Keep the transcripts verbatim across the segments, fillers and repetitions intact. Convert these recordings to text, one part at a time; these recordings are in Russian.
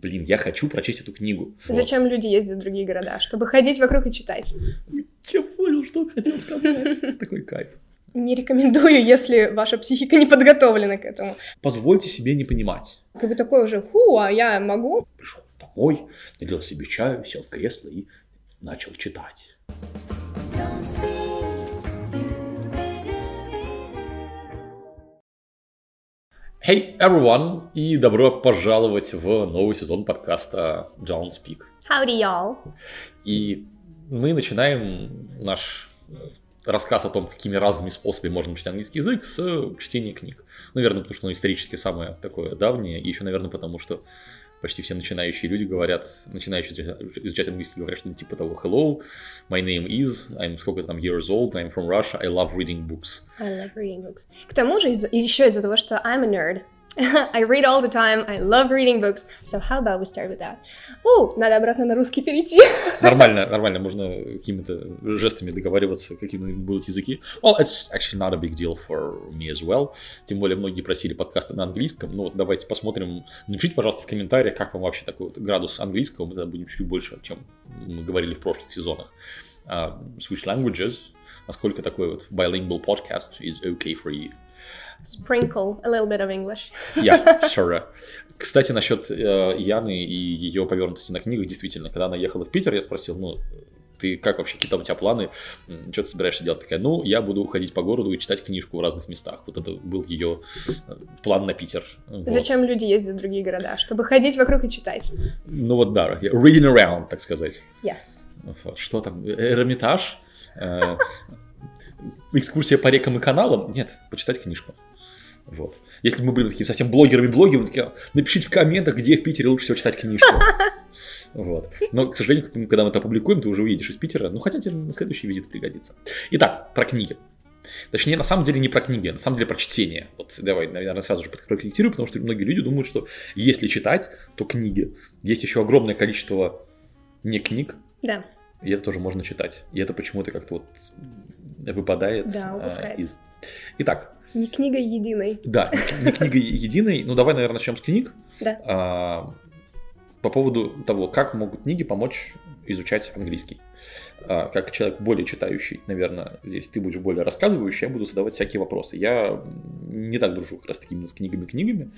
блин, я хочу прочесть эту книгу. Зачем вот. Люди ездят в другие города? Чтобы ходить вокруг и читать. Я понял, что он хотел сказать. Такой кайф. Не рекомендую, если ваша психика не подготовлена к этому. Позвольте себе не понимать. Как бы такой уже, фу, а я могу. Пришел домой, налил себе чаю, сел в кресло и начал читать. Hey everyone, и добро пожаловать в новый сезон подкаста Don't Speak. Howdy, y'all. И мы начинаем наш рассказ о том, какими разными способами можно учить английский язык, с чтения книг. Наверное, потому что оно исторически самое такое давнее, и еще, наверное, потому что почти все начинающие люди говорят, начинающие изучать английский, говорят что-то типа того: Hello, my name is, I'm сколько-то там years old, I'm from Russia, I love reading books. I love reading books. К тому же, из- еще из-за того, что I'm a nerd. I read all the time, I love reading books, so how about we start with that? У, надо обратно на русский перейти. Нормально, нормально, можно какими-то жестами договариваться, какими будут языки. Well, it's actually not a big deal for me as well. Тем более, многие просили подкасты на английском. Ну вот давайте посмотрим. Напишите, пожалуйста, в комментариях, как вам вообще такой вот градус английского. Мы тогда будем чуть больше, чем мы говорили в прошлых сезонах. Uh, switch languages. Насколько такой вот bilingual podcast is okay for you. Sprinkle a little bit of English. Yeah, sure. Кстати, насчет э, Яны и ее повернутости на книгах, действительно, когда она ехала в Питер, я спросил, ну, ты как вообще, какие там у тебя планы, что ты собираешься делать? Такая, ну, я буду ходить по городу и читать книжку в разных местах. Вот это был ее план на Питер. Вот. Зачем люди ездят в другие города? Чтобы ходить вокруг и читать. Ну вот да, reading around, так сказать. Yes. Что там, Эрмитаж? Э, экскурсия по рекам и каналам? Нет, почитать книжку. Вот. Если бы мы были такими совсем блогерами-блогерами, такие, напишите в комментах, где в Питере лучше всего читать книжку. Вот. Но, к сожалению, когда мы это опубликуем, ты уже уедешь из Питера. Ну, хотя тебе на следующий визит пригодится. Итак, про книги. Точнее, на самом деле не про книги, на самом деле про чтение. Вот давай, наверное, сразу же прокомментирую, потому что многие люди думают, что если читать, то книги. Есть еще огромное количество не книг. Да. И это тоже можно читать. И это почему-то как-то вот выпадает. Да, упускается. Из... Итак. Не книгой единой. Да, не книгой единой. Ну, давай, наверное, начнем с книг. Да. А, по поводу того, как могут книги помочь изучать английский. А, как человек более читающий, наверное, здесь ты будешь более рассказывающий, я буду задавать всякие вопросы. Я не так дружу как раз таки именно с книгами-книгами,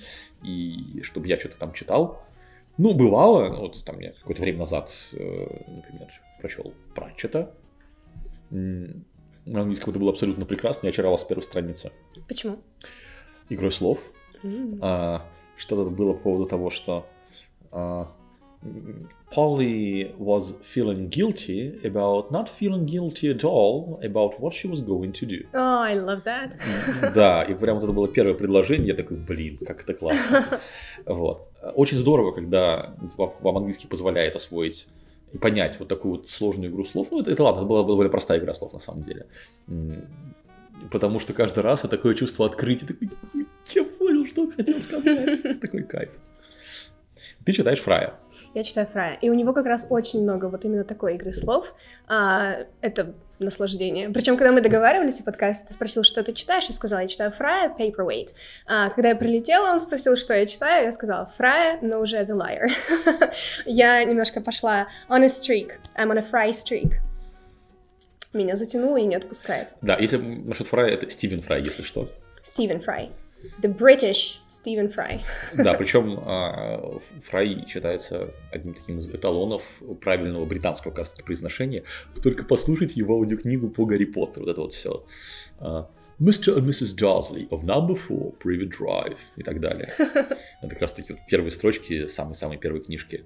и чтобы я что-то там читал. Ну, бывало, вот там я какое-то время назад, например, прочел Пратчета. На английском это было абсолютно прекрасно, я очаровался с первой страницы. Почему? Игрой слов. Mm. А, что-то было по поводу того, что а, Polly was feeling guilty about not feeling guilty at all about what she was going to do. Oh, I love that. Да, и прям вот это было первое предложение, я такой, блин, как это классно. Вот. Очень здорово, когда вам английский позволяет освоить и понять вот такую вот сложную игру слов. Ну, это, это ладно, это была, была более простая игра слов на самом деле. Потому что каждый раз это такое чувство открытия. Такой, я понял, что он хотел сказать. Такой кайф. Ты читаешь Фрая. Я читаю Фрая. И у него как раз очень много вот именно такой игры слов. А, это наслаждение. Причем, когда мы договаривались о подкасте, ты спросил, что ты читаешь, я сказала, я читаю Фрая, Paperweight. А когда я прилетела, он спросил, что я читаю, я сказала Фрая, но уже The Liar. Я немножко пошла on a streak. I'm on a Fry streak. Меня затянуло и не отпускает. Да, если насчет Фрая, это Стивен Фрай, если что. Стивен Фрай. The British Stephen Fry. Да, причем а, Фрай считается одним таким из эталонов правильного британского, кажется, произношения. Только послушайте его аудиокнигу по Гарри Поттеру, вот это вот все. мистер и миссис Dursley of number four, Privet Drive и так далее. Это как раз таки вот первые строчки самой-самой первой книжки.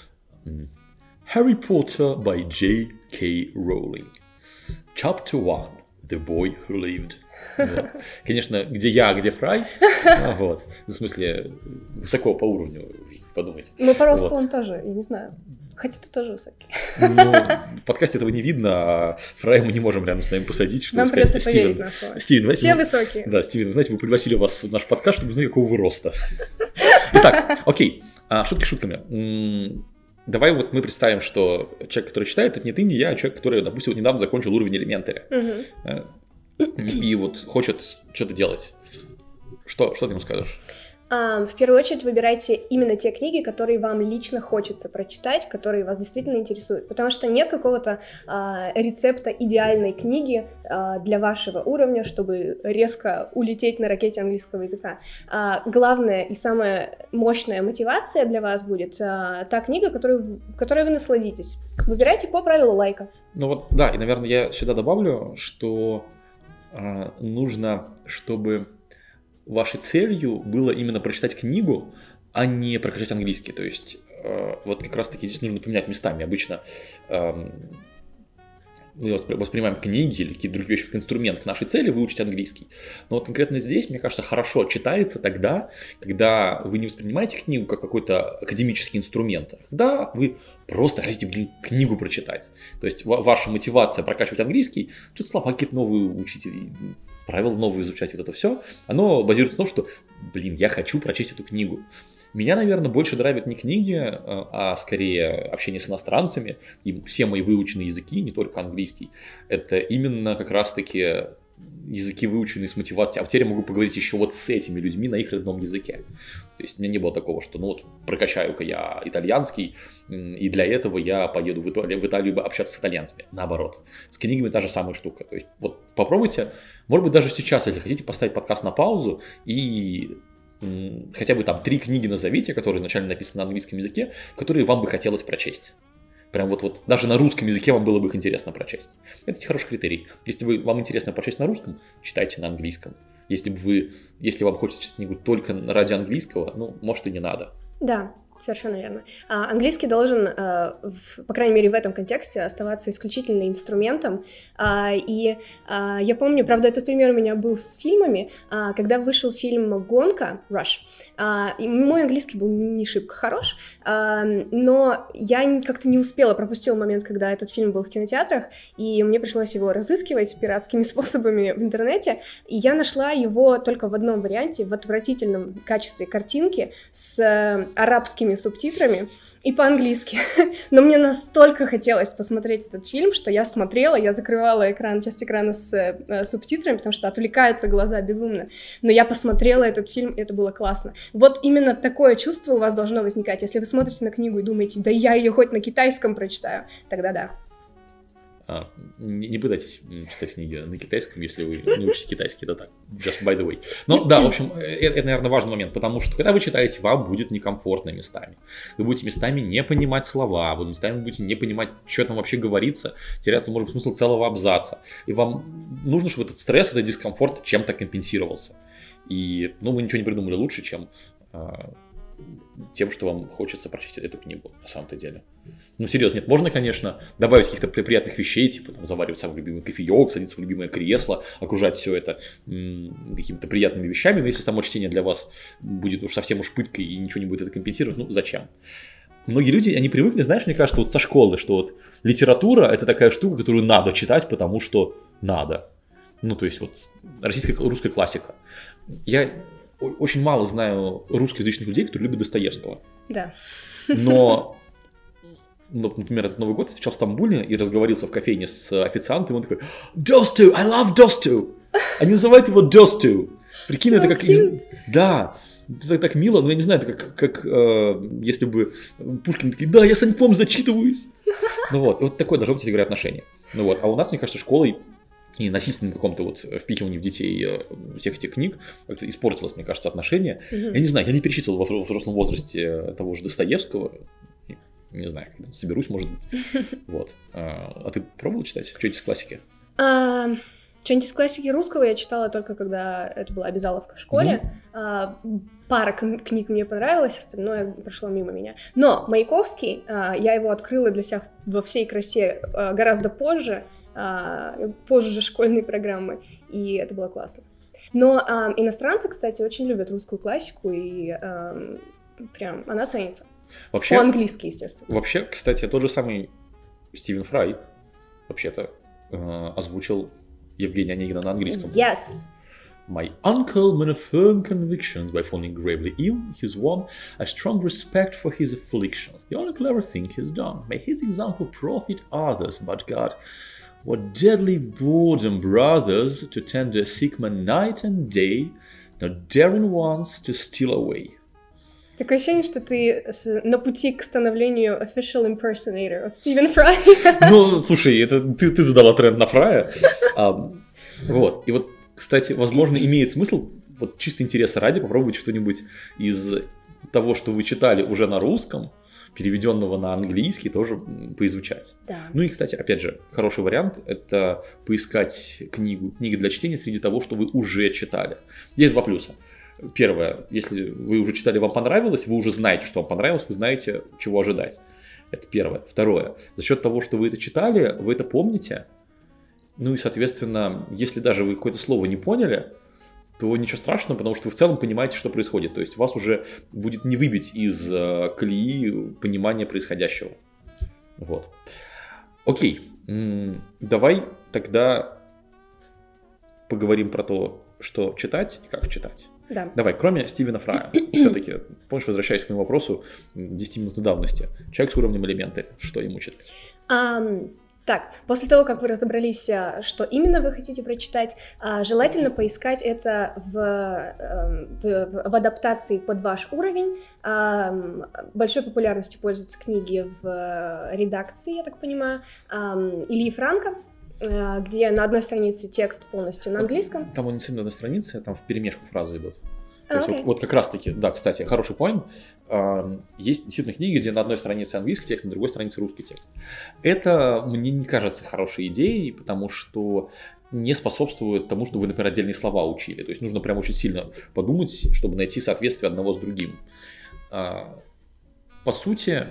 Harry Potter by Джей Кей Rowling. Chapter one. The Boy Who Lived. Вот. Конечно, где я, где Фрай. Вот. В смысле, высоко по уровню, подумайте. Ну, по росту вот. Он тоже, я не знаю. Хотя ты тоже высокий. Ну, в подкасте этого не видно, а Фрая мы не можем рядом с нами посадить. Чтобы Нам сказать, придется поверить на слово. Стивен, все вы... высокие. Да, Стивен, вы знаете, мы пригласили вас в наш подкаст, чтобы узнать, какого вы роста. Итак, окей, шутки шутками. Давай вот мы представим, что человек, который читает, это не ты, не я, а человек, который, допустим, вот недавно закончил уровень Elementary. Угу. И вот хочет что-то делать. Что, что ты ему скажешь? В первую очередь выбирайте именно те книги, которые вам лично хочется прочитать, которые вас действительно интересуют, потому что нет какого-то а, рецепта идеальной книги а, для вашего уровня, чтобы резко улететь на ракете английского языка. А, главная и самая мощная мотивация для вас будет а, та книга, которую, которой вы насладитесь. Выбирайте по правилу лайка. Ну вот, да, и, наверное, я сюда добавлю, что а, нужно, чтобы вашей целью было именно прочитать книгу, а не прокачать английский. То есть э, вот как раз-таки здесь нужно поменять местами. Обычно э, мы воспринимаем книги или какие-то другие вещи как инструмент к нашей цели выучить английский. Но вот конкретно здесь, мне кажется, хорошо читается тогда, когда вы не воспринимаете книгу как какой-то академический инструмент, а когда вы просто хотите, блин, книгу прочитать. То есть ваша мотивация прокачивать английский, что-то слова какие-то новые учить, правила новые изучать, вот это все, оно базируется на том, что, блин, я хочу прочесть эту книгу. Меня, наверное, больше драйвят не книги, а скорее общение с иностранцами. И все мои выученные языки, не только английский, это именно как раз-таки языки, выученные с мотивацией. А теперь я могу поговорить еще вот с этими людьми на их родном языке. То есть у меня не было такого, что ну вот прокачаю-ка я итальянский, и для этого я поеду в Италию, в Италию общаться с итальянцами. Наоборот. С книгами та же самая штука. То есть вот попробуйте, может быть, даже сейчас, если хотите, поставить подкаст на паузу и м, хотя бы там три книги назовите, которые изначально написаны на английском языке, которые вам бы хотелось прочесть. Прям вот, вот даже на русском языке вам было бы их интересно прочесть. Это хороший критерий. Если вы, вам интересно прочесть на русском, читайте на английском. Если бы вы, если вам хочется читать книгу только ради английского, ну, может и не надо. Да, совершенно верно. А, английский должен, а, в, по крайней мере, в этом контексте оставаться исключительно инструментом. А, и а, я помню, правда, этот пример у меня был с фильмами, а, когда вышел фильм «Гонка», «Rush», а, и мой английский был не шибко хорош, а, но я как-то не успела, пропустила момент, когда этот фильм был в кинотеатрах, и мне пришлось его разыскивать пиратскими способами в интернете, и я нашла его только в одном варианте, в отвратительном качестве картинки с э, арабскими субтитрами и по-английски. Но мне настолько хотелось посмотреть этот фильм, что я смотрела, я закрывала экран, часть экрана с э, субтитрами, потому что отвлекаются глаза безумно. Но я посмотрела этот фильм, и это было классно. Вот именно такое чувство у вас должно возникать. Если вы смотрите на книгу и думаете, да я ее хоть на китайском прочитаю, тогда да. А, не, не пытайтесь читать книги на китайском, если вы не учите китайский, это так, just by the way. Но да, в общем, это, это, наверное, важный момент, потому что когда вы читаете, вам будет некомфортно местами. Вы будете местами не понимать слова, вы местами будете не понимать, что там вообще говорится, теряться может смысл целого абзаца. И вам нужно, чтобы этот стресс, этот дискомфорт чем-то компенсировался. И, ну, вы ничего не придумали лучше, чем а, тем, что вам хочется прочесть эту книгу, на самом-то деле. Ну, серьезно, нет, можно, конечно, добавить каких-то приятных вещей, типа там, заваривать самый любимый кофеек, садиться в любимое кресло, окружать все это м- какими-то приятными вещами, но если само чтение для вас будет уж совсем уж пыткой и ничего не будет это компенсировать, ну, зачем? Многие люди, они привыкли, знаешь, мне кажется, вот со школы, что вот литература – это такая штука, которую надо читать, потому что надо. Ну, то есть вот российская, русская классика. Я очень мало знаю русскоязычных людей, которые любят Достоевского. Да. Но... Ну, например, этот Новый год я встречал в Стамбуле и разговорился в кофейне с официантом, и он такой: «Досту! I love Досту!» Они называют его Досту. Прикинь, so это как... Cute. Да, это так мило, но я не знаю, это как, как э, если бы Пушкин такие: «Да, я Саньком зачитываюсь!» Ну вот, и вот такое должно быть, я говорю, отношение. Ну вот, а у нас, мне кажется, школой и насильственным каком-то вот впихивании в детей всех этих книг как-то испортилось, мне кажется, отношение. Mm-hmm. Я не знаю, я не перечитывал во взрослом возрасте того же Достоевского. Не знаю, когда соберусь, может быть. Вот. А, а ты пробовала читать что-нибудь из классики? А, что-нибудь из классики русского я читала только когда это была обязаловка в школе. Mm-hmm. А, пара книг мне понравилась, остальное прошло мимо меня. Но Маяковский, а, я его открыла для себя во всей красе а, гораздо позже, а, позже школьной программы, и это было классно. Но а, иностранцы, кстати, очень любят русскую классику, и а, прям она ценится. Вообще, по-английски, естественно. Вообще, кстати, тот же самый Стивен Фрай вообще-то э, озвучил Евгения Онегина на английском. Yes. My uncle made a firm conviction by falling gravely ill. He's won a strong respect for his afflictions. The only clever thing he's done. May his example profit others, but God, what deadly boredom, brothers, to tend a sick man night and day, Now, Darren wants to steal away. Такое ощущение, что ты с, на пути к становлению official impersonator of Стивен Фрай. Ну, слушай, это ты, ты задала тренд на Фрая. А, вот. И вот, кстати, возможно, имеет смысл, вот чисто интереса ради, попробовать что-нибудь из того, что вы читали уже на русском, переведенного на английский, тоже поизучать. Да. Ну и, кстати, опять же, хороший вариант – это поискать книгу, книги для чтения среди того, что вы уже читали. Есть два плюса. Первое, если вы уже читали, вам понравилось, вы уже знаете, что вам понравилось, вы знаете, чего ожидать. Это первое. Второе, за счет того, что вы это читали, вы это помните. Ну и, соответственно, если даже вы какое-то слово не поняли, то ничего страшного, потому что вы в целом понимаете, что происходит. То есть вас уже будет не выбить из э, колеи понимания происходящего. Вот. Окей. М-м, давай тогда поговорим про то, что читать и как читать. Да. Давай, кроме Стивена Фрая, все-таки, помнишь, возвращаясь к моему вопросу десятиминутной давности, человек с уровнем элементы, что ему читать? Um... Так, после того, как вы разобрались, что именно вы хотите прочитать, желательно поискать это в, в, в адаптации под ваш уровень. Большой популярностью пользуются книги в редакции, я так понимаю, Ильи Франка, где на одной странице текст полностью на английском. Там он не совсем на одной странице, там вперемешку фразы идут. То а, есть вот, вот как раз-таки, да, кстати, хороший поинт. Есть действительно книги, где на одной странице английский текст, на другой странице русский текст. Это мне не кажется хорошей идеей, потому что не способствует тому, чтобы вы, например, отдельные слова учили. То есть нужно прям очень сильно подумать, чтобы найти соответствие одного с другим. По сути,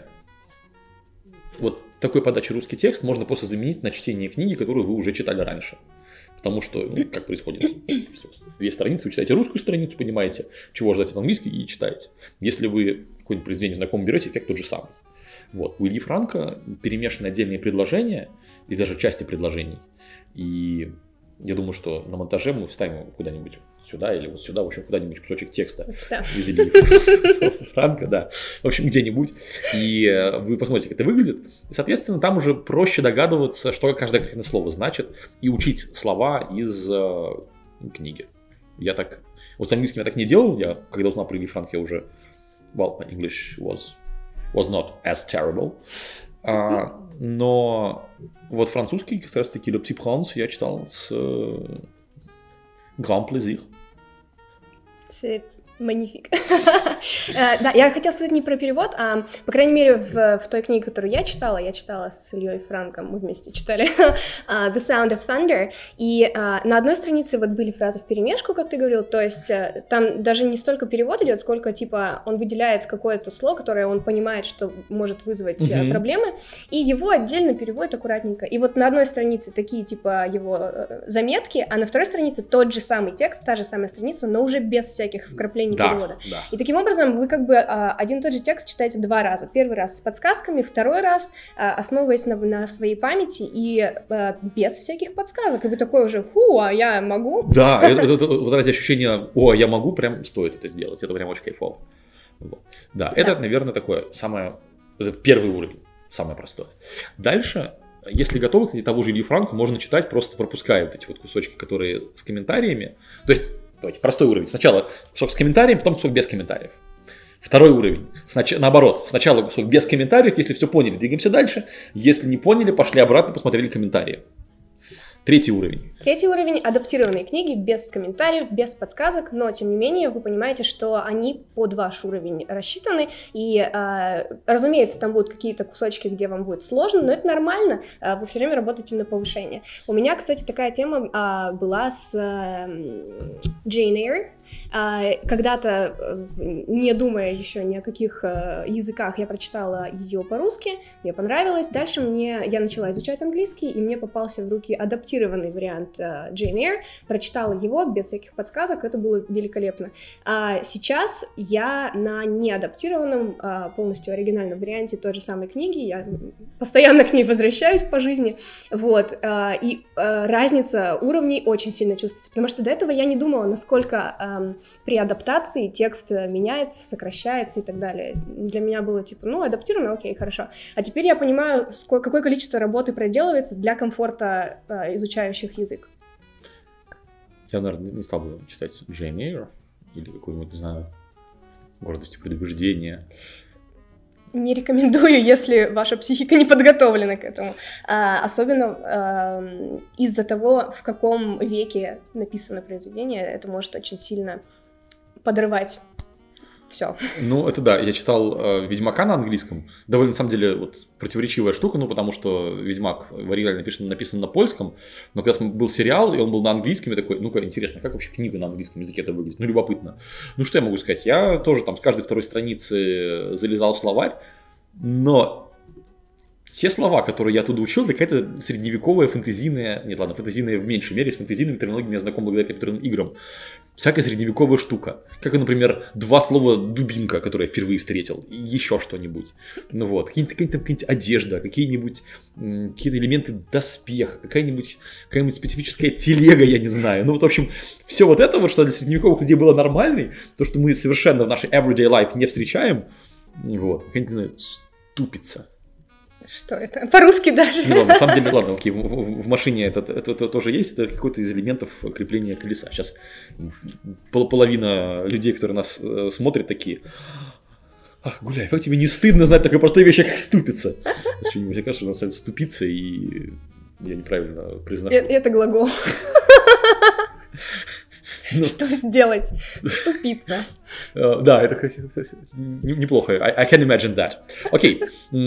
вот такой подачи русский текст можно просто заменить на чтение книги, которую вы уже читали раньше. Потому что, ну, как происходит, две страницы, вы читаете русскую страницу, понимаете, чего ждать от английской, и читаете. Если вы какое-нибудь произведение знакомое берете, эффект тот же самый. Вот. У Ильи Франка перемешаны отдельные предложения, и даже части предложений. И я думаю, что на монтаже мы вставим куда-нибудь сюда или вот сюда, в общем, куда-нибудь кусочек текста из Ильи Франка, да, в общем, где-нибудь. И вы посмотрите, как это выглядит. И, соответственно, там уже проще догадываться, что каждое конкретное слово значит, и учить слова из э, книги. Я так... Вот с английским я так не делал. Я, когда узнал про Ильи Франка, я уже... Well, my English was, was not as terrible. А, но вот французский, как раз таки, Le Petit Prince я читал с э, grand plaisir. C'est magnifique. Да, я хотела сказать не про перевод, а, по крайней мере, в, в той книге, которую я читала, я читала с Ильей Франком, мы вместе читали uh, The Sound of Thunder, и uh, на одной странице вот были фразы вперемешку, как ты говорил, то есть uh, там даже не столько перевод идет, сколько, типа, он выделяет какое-то слово, которое он понимает, что может вызвать uh, проблемы, и его отдельно переводит аккуратненько. И вот на одной странице такие, типа, его uh, заметки, а на второй странице тот же самый текст, та же самая страница, но уже без всяких вкраплений да, перевода. Да. И таким образом вы как бы а, один и тот же текст читаете два раза. Первый раз с подсказками, второй раз а, основываясь на, на своей памяти и а, без всяких подсказок. И вы такой уже, фу, а я могу? Да, это, это, это, вот эти ощущения, о, я могу, прям стоит это сделать. Это прям очень кайфово. Вот. Да, да, это, наверное, такое самое, это первый уровень, самое простое. Дальше, если готовы к того же Илью Франку, можно читать, просто пропуская вот эти вот кусочки, которые с комментариями. То есть, давайте, простой уровень. Сначала кусок с комментарием, потом кусок без комментариев. Второй уровень. Снач... Наоборот, сначала кусок без комментариев. Если все поняли, двигаемся дальше. Если не поняли, пошли обратно, посмотрели комментарии. Третий уровень. Третий уровень — адаптированные книги, без комментариев, без подсказок, но, тем не менее, вы понимаете, что они под ваш уровень рассчитаны, и, э, разумеется, там будут какие-то кусочки, где вам будет сложно, но это нормально, э, вы все время работаете на повышение. У меня, кстати, такая тема э, была с э, Jane Eyre. Когда-то, не думая еще ни о каких языках, я прочитала ее по-русски, мне понравилось. Дальше мне, я начала изучать английский, и мне попался в руки адаптированный вариант Jane Eyre. Прочитала его без всяких подсказок, это было великолепно. А сейчас я на неадаптированном, полностью оригинальном варианте той же самой книги, я постоянно к ней возвращаюсь по жизни, вот, и разница уровней очень сильно чувствуется, потому что до этого я не думала, насколько при адаптации текст меняется, сокращается и так далее. Для меня было типа, ну, адаптировано, окей, хорошо. А теперь я понимаю, сколько, какое количество работы проделывается для комфорта э, изучающих язык. Я, наверное, не стал бы читать Jane Eyre. или какой-нибудь, не знаю, гордость и предубеждение. Не рекомендую, если ваша психика не подготовлена к этому. А, особенно а, из-за того, в каком веке написано произведение, это может очень сильно подрывать все. Ну, это да, я читал э, «Ведьмака» на английском. Довольно, на самом деле, вот, противоречивая штука, ну, потому что «Ведьмак» в оригинале написан, написан на польском, но когда был сериал, и он был на английском, я такой, ну-ка, интересно, как вообще книга на английском языке это выглядит? Ну, любопытно. Ну, что я могу сказать? Я тоже там с каждой второй страницы залезал в словарь, но все слова, которые я оттуда учил, это какая-то средневековая фэнтезийная, нет, ладно, фэнтезийная в меньшей мере, с фэнтезийными терминологиями я знаком благодаря компьютерным играм. Всякая средневековая штука. Как, например, два слова «дубинка», которые я впервые встретил, и еще что-нибудь. Ну вот, какие-нибудь, какие-нибудь одежда, какие-нибудь м- какие-то элементы доспех, какая-нибудь, какая-нибудь специфическая телега, я не знаю. Ну вот, в общем, все вот это, вот, что для средневековых людей было нормальной, то, что мы совершенно в нашей everyday life не встречаем, вот, какая-нибудь, не знаю, ступица. Что это? По-русски даже. Ну, ладно, на самом деле, ладно, окей, в, в, в машине это, это, это тоже есть, это какой-то из элементов крепления колеса. Сейчас пол, половина людей, которые нас э, смотрят, такие: ах, Гуляй, как тебе не стыдно знать такой простой вещь, как ступица? Мне кажется, что на самом деле ступица, и я неправильно произношу. Это глагол. Что сделать? Ступица. Да, это неплохо. I can imagine that. Окей.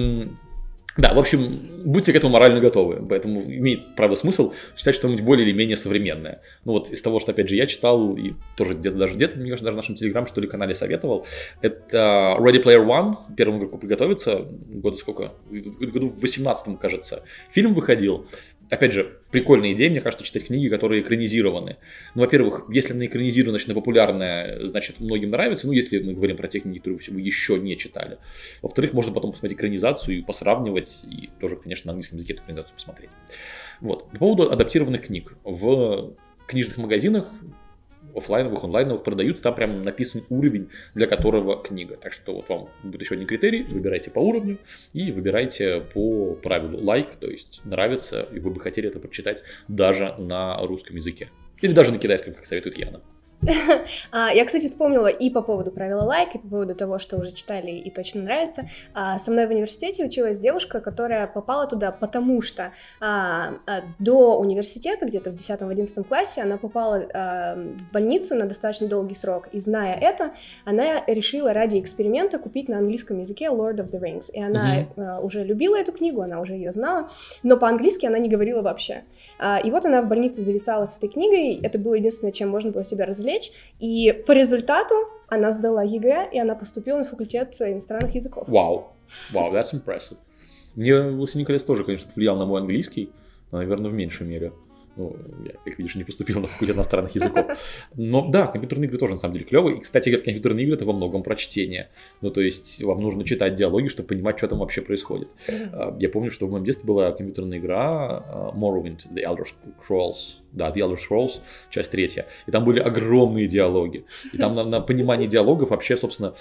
Да, в общем, будьте к этому морально готовы, поэтому имеет, правда, смысл читать что-нибудь более или менее современное. Ну вот из того, что, опять же, я читал, и тоже где-то даже, где-то, мне кажется, даже в нашем Телеграм, что ли, канале советовал, это Ready Player One, первому игроку приготовиться, года сколько, году в восемнадцатом, кажется, фильм выходил. Опять же, прикольная идея, мне кажется, читать книги, которые экранизированы. Ну, во-первых, если она экранизирована, значит, она популярная, значит, многим нравится. Ну, если мы говорим про те книги, которые вы еще не читали. Во-вторых, можно потом посмотреть экранизацию и посравнивать, и тоже, конечно, на английском языке эту экранизацию посмотреть. Вот. По поводу адаптированных книг. В книжных магазинах, офлайновых, онлайновых, продаются, там прям написан уровень, для которого книга. Так что вот вам будет еще один критерий, выбирайте по уровню и выбирайте по правилу лайк, то есть нравится, и вы бы хотели это прочитать даже на русском языке. Или даже на китайском, как советует Яна. Я, кстати, вспомнила и по поводу правила лайк, и по поводу того, что уже читали и точно нравится. Со мной в университете училась девушка, которая попала туда, потому что до университета, где-то в десятом-одиннадцатом классе, она попала в больницу на достаточно долгий срок. И зная это, она решила ради эксперимента купить на английском языке Lord of the Rings. И она mm-hmm. уже любила эту книгу, она уже ее знала, но по-английски она не говорила вообще. И вот она в больнице зависала с этой книгой, это было единственное, чем можно было себя развлечь. И по результату она сдала ЕГЭ, и она поступила на факультет иностранных языков. Вау, wow. Wow, that's impressive. Мне «Властелин колец» тоже, конечно, влиял на мой английский, но, наверное, в меньшей мере. Ну, я, как видишь, не поступил на факультет иностранных языков. Но да, компьютерные игры тоже, на самом деле, клевые. И, кстати, компьютерные игры — это во многом про чтение. Ну, то есть, вам нужно читать диалоги, чтобы понимать, что там вообще происходит. Mm-hmm. Я помню, что в моем детстве была компьютерная игра Morrowind, The Elder Scrolls. Да, The Elder Scrolls, часть третья. И там были огромные диалоги. И там на, на понимании диалогов вообще, собственно,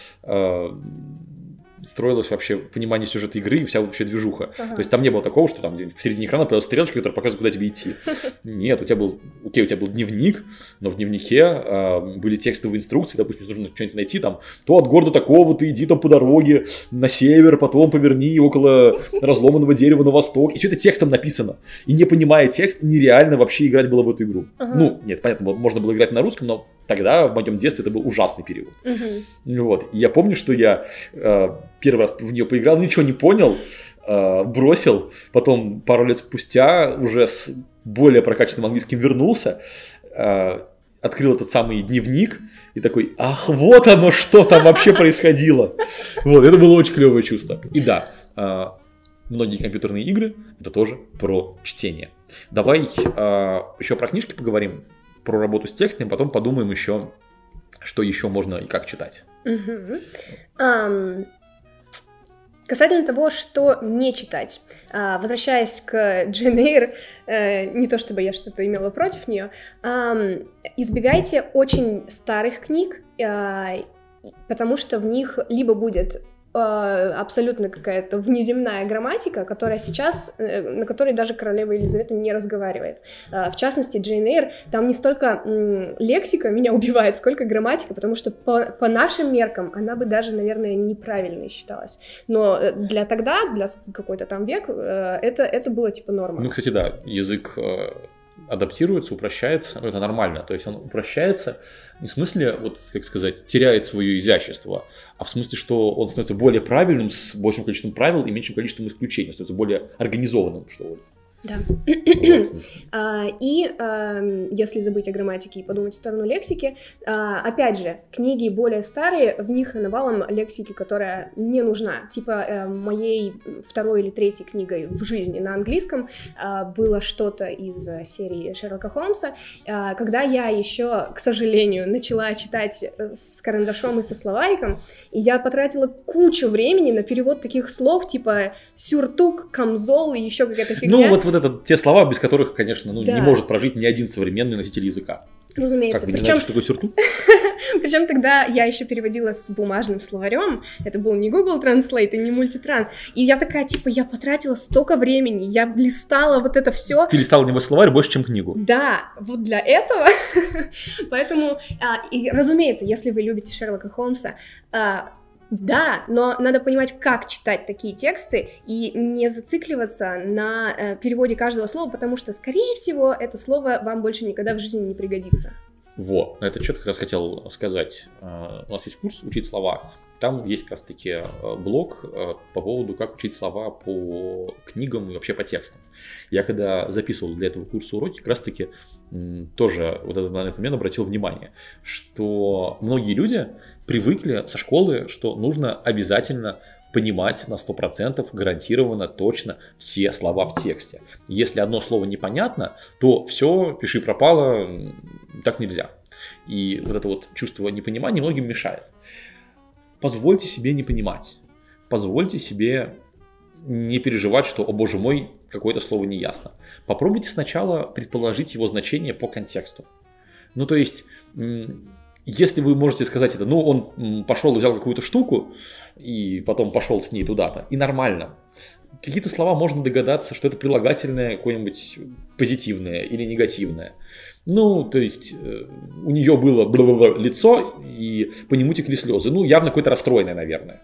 строилось вообще понимание сюжета игры и вся вообще движуха. Ага. То есть там не было такого, что там в середине экрана появилась стрелочка, которая показывает, куда тебе идти. Нет, у тебя был, окей, у тебя был дневник, но в дневнике а, были текстовые инструкции, допустим, нужно что-нибудь найти, там, то от города такого ты иди там по дороге на север, потом поверни около разломанного дерева на восток. И все это текстом написано. И не понимая текст, нереально вообще играть было в эту игру. Ага. Ну, нет, понятно, можно было играть на русском, но тогда в моем детстве это был ужасный период. Угу. Вот. И я помню, что я э, первый раз в нее поиграл, ничего не понял, э, бросил, потом пару лет спустя уже с более прокачанным английским вернулся, э, открыл этот самый дневник и такой: ах, вот оно, что там вообще происходило. Вот, это было очень клевое чувство. И да, э, многие компьютерные игры — это тоже про чтение. Давай э, еще про книжки поговорим, про работу с текстом, потом подумаем еще, что еще можно и как читать. Uh-huh. Um, касательно того, что не читать. Uh, возвращаясь к Джейн Эйр, uh, не то чтобы я что-то имела против нее, um, избегайте очень старых книг, uh, потому что в них либо будет абсолютно какая-то внеземная грамматика, которая сейчас, на которой даже королева Елизавета не разговаривает. В частности, Джейн Эйр, там не столько лексика меня убивает, сколько грамматика, потому что по, по нашим меркам она бы даже, наверное, неправильной считалась. Но для тогда, для какой-то там век, это, это было типа норма. Ну, кстати, да, язык адаптируется, упрощается, это нормально, то есть он упрощается не в смысле, вот, как сказать, теряет свое изящество, а в смысле, что он становится более правильным, с большим количеством правил и меньшим количеством исключений, становится более организованным, что ли. Да. а, и а, если забыть о грамматике и подумать в сторону лексики, а, опять же, книги более старые, в них навалом лексики, которая не нужна. Типа а, моей второй или третьей книгой в жизни на английском а, было что-то из серии Шерлока Холмса, а, когда я еще, к сожалению, начала читать с карандашом и со словариком, и я потратила кучу времени на перевод таких слов, типа сюртук, камзол и еще какая-то фигня. Ну, вот, вот это те слова, без которых, конечно, ну, да. не может прожить ни один современный носитель языка. Разумеется. Как вы не Причем... знаете, что такое сюртук? Причем тогда я еще переводила с бумажным словарем. Это был не Google Translate и не Multitran. И я такая, типа, я потратила столько времени, я листала вот это все. Ты листала не словарь больше, чем книгу. Да, вот для этого. Поэтому, а, и, разумеется, если вы любите Шерлока Холмса, а, да, но надо понимать, как читать такие тексты и не зацикливаться на э, переводе каждого слова, потому что, скорее всего, это слово вам больше никогда в жизни не пригодится. Вот, на этот счет как раз хотел сказать. У нас есть курс «Учить слова». Там есть как раз-таки блог по поводу, как учить слова по книгам и вообще по текстам. Я когда записывал для этого курса уроки, как раз-таки тоже вот на этот момент обратил внимание, что многие люди привыкли со школы, что нужно обязательно понимать на сто процентов гарантированно точно все слова в тексте. Если одно слово непонятно, то все, пиши пропало, так нельзя. И вот это вот чувство непонимания многим мешает. Позвольте себе не понимать. Позвольте себе не переживать, что, о боже мой, какое-то слово не ясно. Попробуйте сначала предположить его значение по контексту. Ну, то есть, если вы можете сказать это, ну, он пошел и взял какую-то штуку, и потом пошел с ней туда-то, и нормально. Какие-то слова можно догадаться, что это прилагательное какое-нибудь позитивное или негативное. Ну, то есть, у нее было бла-бла-бла лицо, и по нему текли слезы. Ну, явно какое-то расстроенное, наверное.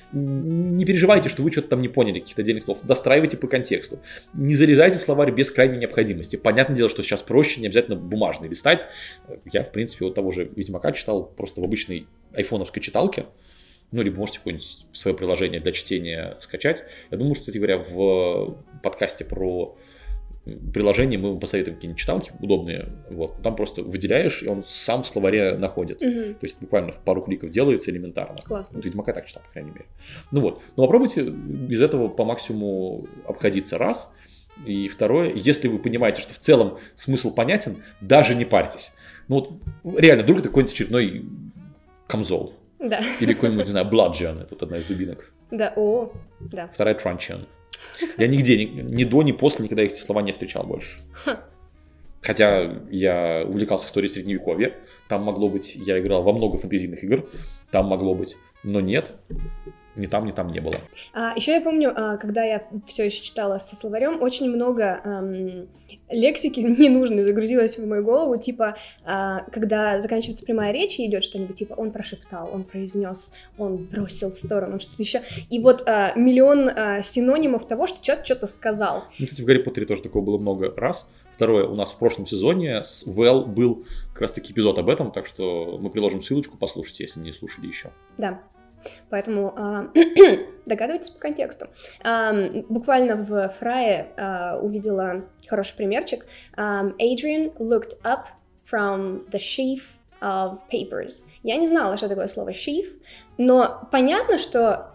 Не переживайте, что вы что-то там не поняли, каких-то отдельных слов. Достраивайте по контексту. Не залезайте в словарь без крайней необходимости. Понятное дело, что сейчас проще, не обязательно бумажный листать. Я, в принципе, вот того же Ведьмака читал просто в обычной айфоновской читалке. Ну, либо можете какое-нибудь свое приложение для чтения скачать. Я думаю, что, кстати говоря, в подкасте про приложение мы вам посоветуем какие-нибудь читалки удобные. Вот. Там просто выделяешь, и он сам в словаре находит. Угу. То есть буквально в пару кликов делается элементарно. Классно. Вот Ведьмака так читал, по крайней мере. Ну вот. Но попробуйте без этого по максимуму обходиться, раз. И второе, если вы понимаете, что в целом смысл понятен, даже не парьтесь. Ну вот реально, вдруг это какой-нибудь очередной камзол. Да. Или какой-нибудь, не знаю, bludgeon, это одна из дубинок. Да, о, да. Вторая truncheon. Я нигде, ни, ни до, ни после никогда эти слова не встречал больше. Ха. Хотя я увлекался историей Средневековья, там могло быть, я играл во много фэнтезийных игр, там могло быть, но нет, ни там, ни там не было. А, еще я помню, когда я все еще читала со словарем, очень много эм, лексики ненужной загрузилось в мою голову, типа, э, когда заканчивается прямая речь и идет что-нибудь, типа, он прошептал, он произнес, он бросил в сторону, что-то еще. И вот э, миллион э, синонимов того, что человек что-то сказал. Ну, кстати, в Гарри Поттере тоже такого было много раз. Второе, у нас в прошлом сезоне с Вэл был как раз-таки эпизод об этом, так что мы приложим ссылочку, послушайте, если не слушали еще. Да. Поэтому э, догадывайтесь по контексту. Э, буквально в Фрае э, увидела хороший примерчик. Um, Adrian looked up from the sheaf of papers. Я не знала, что такое слово sheaf, но понятно, что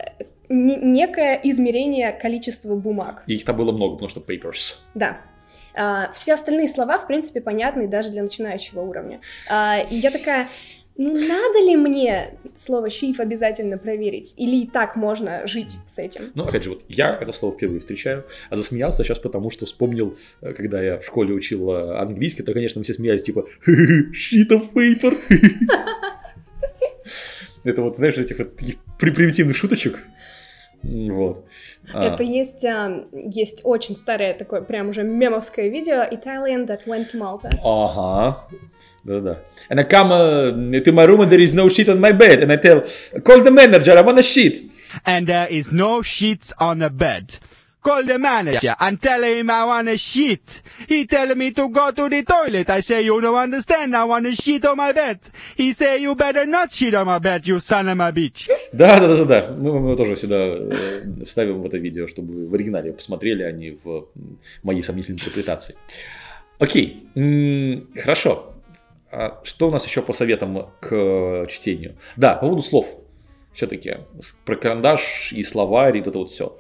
некое измерение количества бумаг. И их там было много, потому что papers. Да. Uh, все остальные слова, в принципе, понятны даже для начинающего уровня. Uh, и я такая... Ну, надо ли мне слово «sheaf» обязательно проверить? Или и так можно жить с этим? Ну, опять же, вот я это слово впервые встречаю, а засмеялся сейчас потому, что вспомнил, когда я в школе учил английский, то, конечно, мы все смеялись, типа «sheet of paper». Это вот, знаешь, этих вот при примитивных шуточек. Вот. Это есть, um, есть очень старое такое, прям уже мемовское видео Italian that went to Malta. Ага. Да-да. And I come uh, to my room and there is no shit on my bed. And I tell, call the manager, I want a shit. And there is no sheets on the bed. Call the manager and tell him I want a shit. He tell me to go to the toilet. I say, you don't understand, I want a shit on my bed. He say, you better not shit on my bed, you son of a bitch. Да-да-да-да, мы, мы тоже сюда э, вставим в это видео, чтобы вы в оригинале посмотрели, а не в моей сомнительной интерпретации. Окей, м-м, хорошо. А что у нас еще по советам к чтению? Да, по поводу слов. Все-таки про карандаш и словарь и вот это вот все.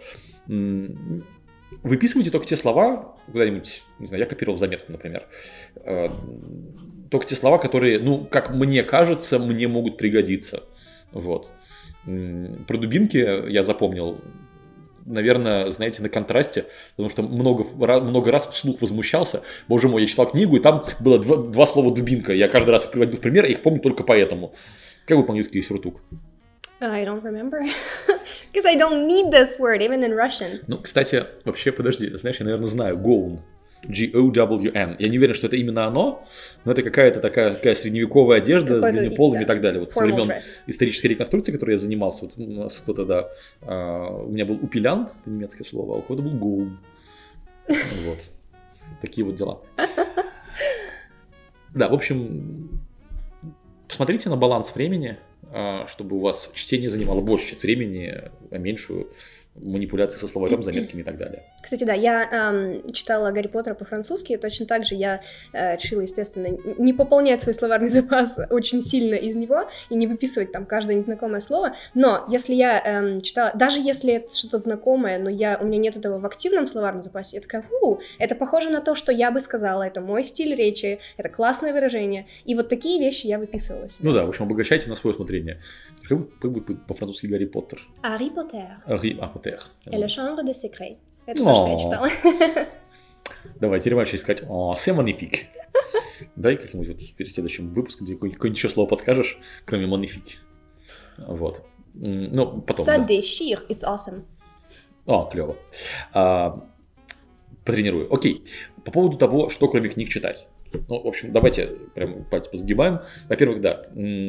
Выписывайте только те слова, куда-нибудь, не знаю, я копировал в заметку, например, только те слова, которые, ну, как мне кажется, мне могут пригодиться. Вот. Про дубинки я запомнил, наверное, знаете, на контрасте, потому что много, много раз вслух возмущался. Боже мой, я читал книгу, и там было два, два слова дубинка. Я каждый раз их приводил в пример, и их помню только поэтому. Как бы по-английски сюртук? I don't remember. Because I don't need this word, even in Russian. Ну, кстати, вообще, подожди, знаешь, я, наверное, знаю. Гоун. G O W N. Я не уверен, что это именно оно, но это какая-то такая, такая средневековая одежда Какой-то, с длинным полом да. и так далее. Вот со времен исторической реконструкции, которой я занимался, вот у нас кто-то, да, а, у меня был упилянт, это немецкое слово, а у кого-то был гоун. Вот. Такие вот дела. Да, в общем, посмотрите на баланс времени, чтобы у вас чтение занимало больше часть времени, а меньшую манипуляции со словарем, заметками и так далее. Кстати, да, я эм, читала Гарри Поттера по-французски, точно так же я э, решила, естественно, не пополнять свой словарный запас очень сильно из него и не выписывать там каждое незнакомое слово, но если я эм, читала, даже если это что-то знакомое, но я, у меня нет этого в активном словарном запасе, я такая, фу, это похоже на то, что я бы сказала, это мой стиль речи, это классное выражение, и вот такие вещи я выписывала себе. Ну да, в общем, обогащайте на свое усмотрение. Как будет по-французски Гарри Поттер? Гарри Поттер. Гарри Поттер. Et le chambre de secret. Это то, что я читала. Давай, теперь дальше искать. О, c'est magnifique. Дай как-нибудь вот перед следующим выпуском какое-нибудь еще слово подскажешь, кроме magnifique. Вот. Ну, потом. Ça déchire, it's awesome. О, клево. А, потренирую. Окей. По поводу того, что кроме книг читать. Ну, в общем, давайте прям пальцы позагибаем. Во-первых, да.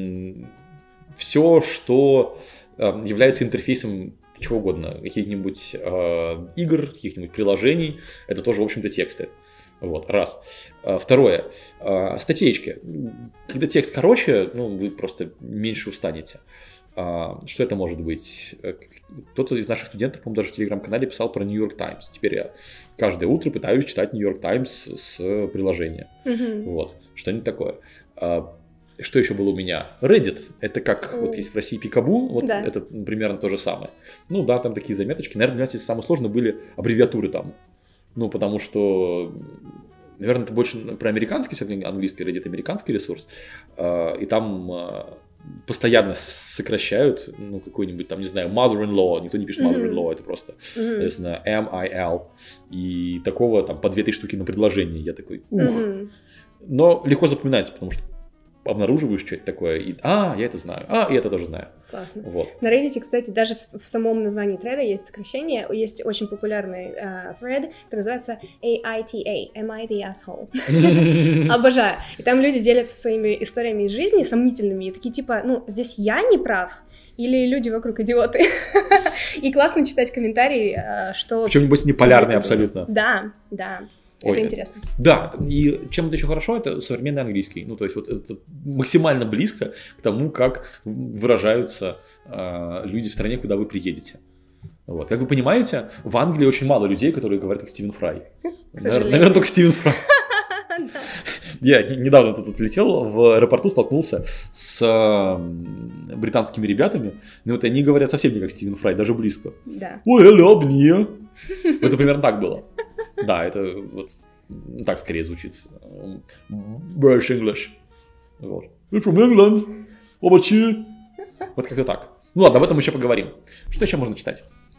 Все, что является интерфейсом чего угодно, каких-нибудь э, игр, каких-нибудь приложений, это тоже, в общем-то, тексты. Вот, раз. А, второе. А, статейки. Когда текст короче, ну, вы просто меньше устанете. А, что это может быть? Кто-то из наших студентов, по-моему, даже в Телеграм-канале писал про Нью-Йорк Таймс. Теперь я каждое утро пытаюсь читать Нью-Йорк Таймс с приложения. Mm-hmm. Вот. Что-нибудь такое. А, Что еще было у меня? Reddit. Это как mm. вот есть в России Пикабу, вот да. Это примерно то же самое. Ну да, там такие заметочки. Наверное, для нас самое сложное были аббревиатуры там. Ну, потому что, наверное, это больше про американский, все-таки английский Reddit, американский ресурс. И там постоянно сокращают, ну, какой-нибудь там, не знаю, mother-in-law. Никто не пишет mother-in-law, mm-hmm. это просто, mm-hmm. соответственно, эм ай эл. И такого там по две-три штуки на предложение. Я такой, ух. Mm-hmm. Но легко запоминать, потому что обнаруживаешь, что это такое, и а, я это знаю, а, я это тоже знаю. Классно. Вот. На Reddit, кстати, даже в, в самом названии треда есть сокращение, есть очень популярный uh, thread, который называется эй ай ти эй, Am I the asshole? Обожаю. И там люди делятся своими историями из жизни, сомнительными, и такие типа, ну, здесь я не прав, или люди вокруг идиоты. И классно читать комментарии, что... Причем, небось, не полярные абсолютно. Да, да. Это Ой, интересно. Да, и чем это еще хорошо, это современный английский. Ну, то есть, вот это максимально близко к тому, как выражаются э, люди в стране, куда вы приедете. Вот. Как вы понимаете, в Англии очень мало людей, которые говорят как Стивен Фрай. Наверное, только Стивен Фрай. Я недавно тут летел, в аэропорту столкнулся с британскими ребятами, но вот они говорят совсем не как Стивен Фрай, даже близко. Да. Ой, hello, мне. Это примерно так было. Да, это вот так скорее звучит. British English. Вот. We're from England. What about you? Вот как-то так. Ну ладно, об этом мы еще поговорим. Что еще можно читать?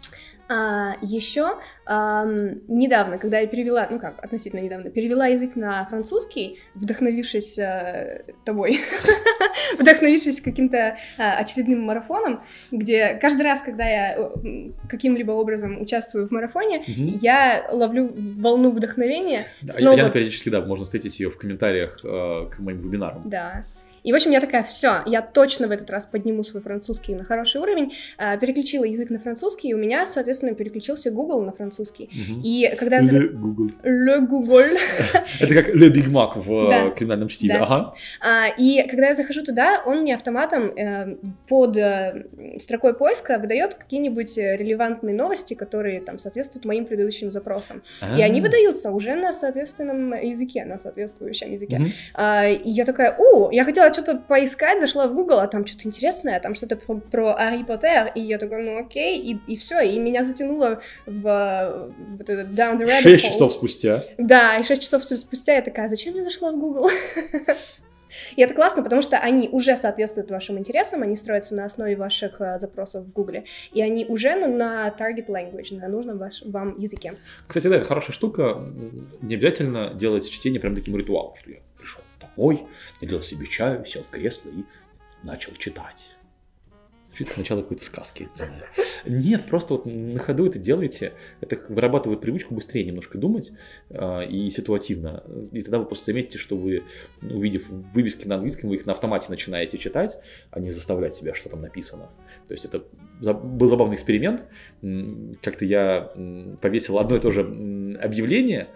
А, еще эм, недавно, когда я перевела, ну как, относительно недавно, перевела язык на французский, вдохновившись э, тобой, вдохновившись каким-то э, очередным марафоном, где каждый раз, когда я э, каким-либо образом участвую в марафоне, Мгм. я ловлю волну вдохновения. Да, снова... Я, я периодически, да, можно встретить ее в комментариях э, к моим вебинарам. Да. И, в общем, я такая, все, я точно в этот раз подниму свой французский на хороший уровень, а, переключила язык на французский, и у меня, соответственно, переключился Google на французский. Мгм. И когда... Le Google. Le Google. Это как Le Big Mac в Да. э, криминальном чтиве. Да. Ага. А, и когда я захожу туда, он мне автоматом э, под э, строкой поиска выдает какие-нибудь э, релевантные новости, которые там соответствуют моим предыдущим запросам. И они выдаются уже на соответственном языке, на соответствующем языке. Мгм. А, и я такая, у, я хотела что-то поискать, зашла в Google, а там что-то интересное, там что-то про, про Гарри Поттер, и я такая, ну окей, и, и все, и меня затянуло в, в вот этот down the rabbit Шесть hole. часов спустя. Да, и шесть часов спустя я такая, зачем я зашла в Google? И это классно, потому что они уже соответствуют вашим интересам, они строятся на основе ваших uh, запросов в Гугле, и они уже на, на target language, на нужном ваш, вам языке. Кстати, да, это хорошая штука. Не обязательно делать чтение прям таким ритуалом, что я пришел домой, налил себе чаю, сел в кресло и начал читать. Чуть начало какой-то сказки. Нет, просто вот на ходу это делаете, это вырабатывает привычку быстрее немножко думать э, и ситуативно. И тогда вы просто заметите, что вы, увидев вывески на английском, вы их на автомате начинаете читать, а не заставлять себя, что там написано. То есть это был забавный эксперимент. Как-то я повесил одно и то же объявление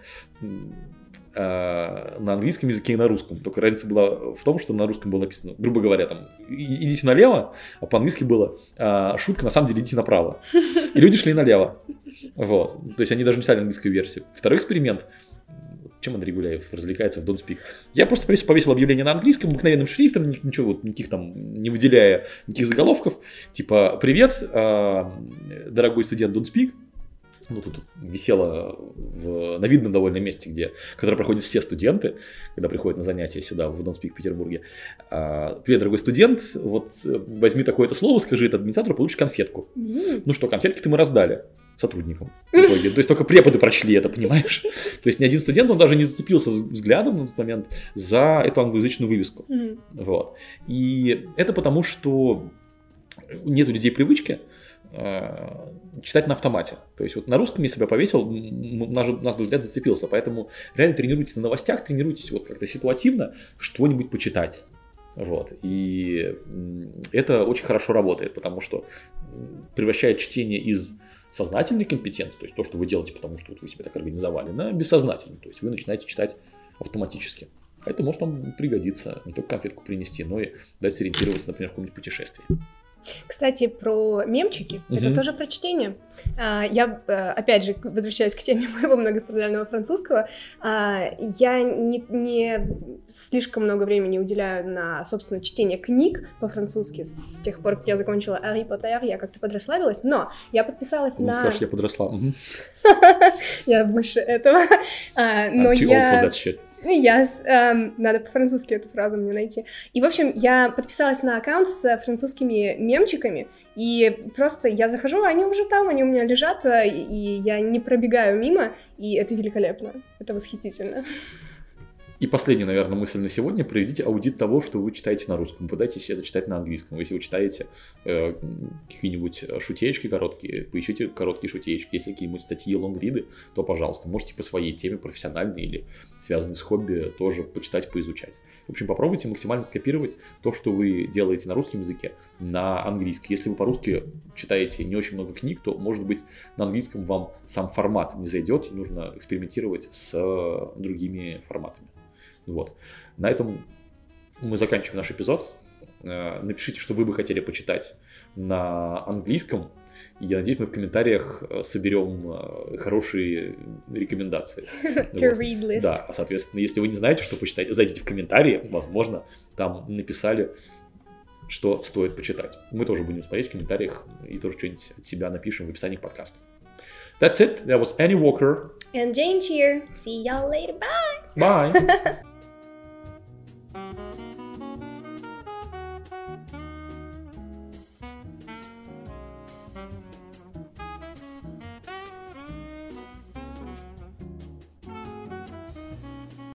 на английском языке и на русском. Только разница была в том, что на русском было написано, грубо говоря, там, идите налево, а по-английски было шутка, на самом деле, идите направо. И люди шли налево. Вот. То есть они даже не писали английскую версию. Второй эксперимент. Чем Андрей Гуляев развлекается в Don't Speak? Я просто повесил объявление на английском, обыкновенным шрифтом, ничего, вот, никаких там, не выделяя никаких заголовков. Типа, привет, дорогой студент Don't Speak. Ну, тут висело в, на видном довольно месте, где, которое проходят все студенты, когда приходят на занятия сюда, в Don't Speak в Петербурге. А, привет, дорогой студент, вот возьми такое-то слово, скажи это администратору, получишь конфетку. Mm-hmm. Ну что, конфетки-то мы раздали сотрудникам в итоге. То есть только преподы прочли это, понимаешь? То есть ни один студент, он даже не зацепился взглядом на тот момент за эту англоязычную вывеску. Mm-hmm. Вот. И это потому, что нет у людей привычки читать на автомате. То есть вот на русском, если бы я повесил, наш, наш взгляд зацепился. Поэтому реально тренируйтесь на новостях, тренируйтесь вот как-то ситуативно что-нибудь почитать. Вот. И это очень хорошо работает, потому что превращает чтение из сознательной компетенции, то есть то, что вы делаете, потому что вот вы себя так организовали, на бессознательную. То есть вы начинаете читать автоматически. Это может вам пригодиться, не только конфетку принести, но и дать сориентироваться, например, в каком-нибудь путешествии. Кстати, про мемчики, uh-huh. это тоже про чтение. А, я, опять же, возвращаюсь к теме моего многострадального французского. А, я не, не слишком много времени уделяю на, собственно, чтение книг по-французски. С тех пор, как я закончила Гарри Поттер, я как-то подрасслабилась. Но я подписалась ну, на... скажешь, я подросла. Я больше этого. Но я... Yes, um, надо по-французски эту фразу мне найти. И, в общем, я подписалась на аккаунт с французскими мемчиками, и просто я захожу, они уже там, они у меня лежат, и я не пробегаю мимо, и это великолепно, это восхитительно. И последняя, наверное, мысль на сегодня. Проведите аудит того, что вы читаете на русском. Пытайтесь это читать на английском. Если вы читаете э, какие-нибудь шутеечки короткие, поищите короткие шутеечки. Если какие-нибудь статьи, лонгриды, то, пожалуйста, можете по своей теме, профессиональной или связанной с хобби, тоже почитать, поизучать. В общем, попробуйте максимально скопировать то, что вы делаете на русском языке, на английский. Если вы по-русски читаете не очень много книг, то, может быть, на английском вам сам формат не зайдет, и нужно экспериментировать с другими форматами. Вот. На этом мы заканчиваем наш эпизод. Напишите, что вы бы хотели почитать на английском. Я надеюсь, мы в комментариях соберем хорошие рекомендации. To вот. Read list. Да, соответственно, если вы не знаете, что почитать, зайдите в комментарии, возможно, там написали, что стоит почитать. Мы тоже будем смотреть в комментариях и тоже что-нибудь от себя напишем в описании к подкасту. That's it. That was Annie Walker. And Jane Cheer. See y'all later. Bye. Bye.